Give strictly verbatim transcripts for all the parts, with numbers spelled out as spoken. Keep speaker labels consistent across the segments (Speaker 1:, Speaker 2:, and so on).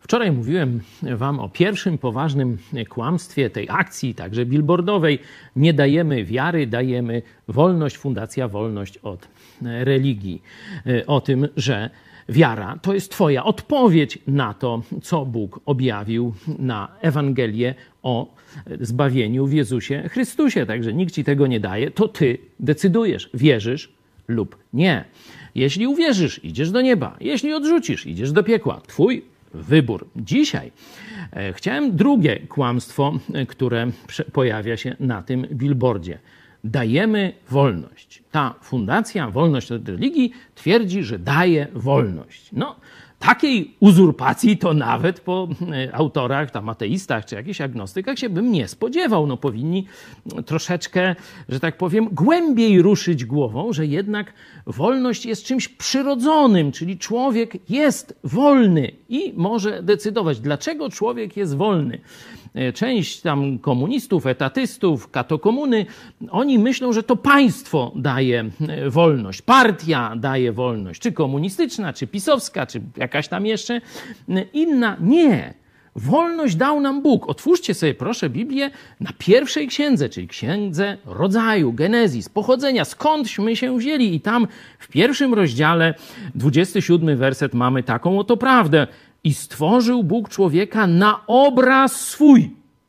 Speaker 1: Wczoraj mówiłem wam o pierwszym poważnym kłamstwie tej akcji, także billboardowej. Nie dajemy wiary, dajemy wolność. Fundacja Wolność od Religii. O tym, że wiara to jest twoja odpowiedź na to, co Bóg objawił, na Ewangelię o zbawieniu w Jezusie Chrystusie. Także nikt ci tego nie daje, to ty decydujesz, wierzysz lub nie. Jeśli uwierzysz, idziesz do nieba. Jeśli odrzucisz, idziesz do piekła. Twój wybór. Dzisiaj e, chciałem drugie kłamstwo, e, które pojawia się na tym billboardzie. Dajemy wolność. Ta fundacja Wolność od Religii twierdzi, że daje wolność. No, takiej uzurpacji to nawet po e, autorach, tam ateistach czy jakichś agnostykach się bym nie spodziewał. No, powinni troszeczkę, że tak powiem, głębiej ruszyć głową, że jednak wolność jest czymś przyrodzonym, czyli człowiek jest wolny i może decydować, dlaczego człowiek jest wolny. Część tam komunistów, etatystów, katokomuny, oni myślą, że to państwo daje wolność, partia daje wolność, czy komunistyczna, czy pisowska, czy jakaś tam jeszcze inna. Nie. Wolność dał nam Bóg. Otwórzcie sobie proszę Biblię na pierwszej księdze, czyli księdze rodzaju, Genezis, pochodzenia, skądśmy się wzięli. I tam w pierwszym rozdziale, dwudziesty siódmy werset, mamy taką oto prawdę. I stworzył Bóg człowieka na obraz swój.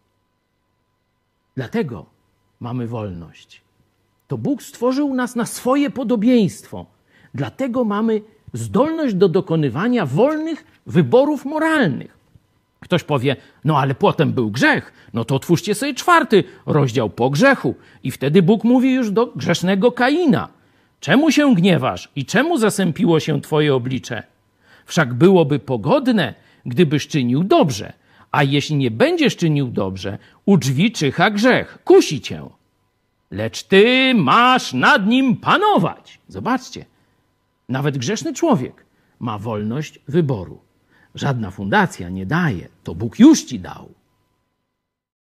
Speaker 1: Dlatego mamy wolność. To Bóg stworzył nas na swoje podobieństwo. Dlatego mamy zdolność do dokonywania wolnych wyborów moralnych. Ktoś powie, no ale potem był grzech. No to otwórzcie sobie czwarty rozdział po grzechu. I wtedy Bóg mówi już do grzesznego Kaina. Czemu się gniewasz i czemu zasępiło się twoje oblicze? Wszak byłoby pogodne, gdybyś czynił dobrze. A jeśli nie będziesz czynił dobrze, u drzwi czyha grzech, kusi cię. Lecz ty masz nad nim panować. Zobaczcie, nawet grzeszny człowiek ma wolność wyboru. Żadna fundacja nie daje, to Bóg już ci dał.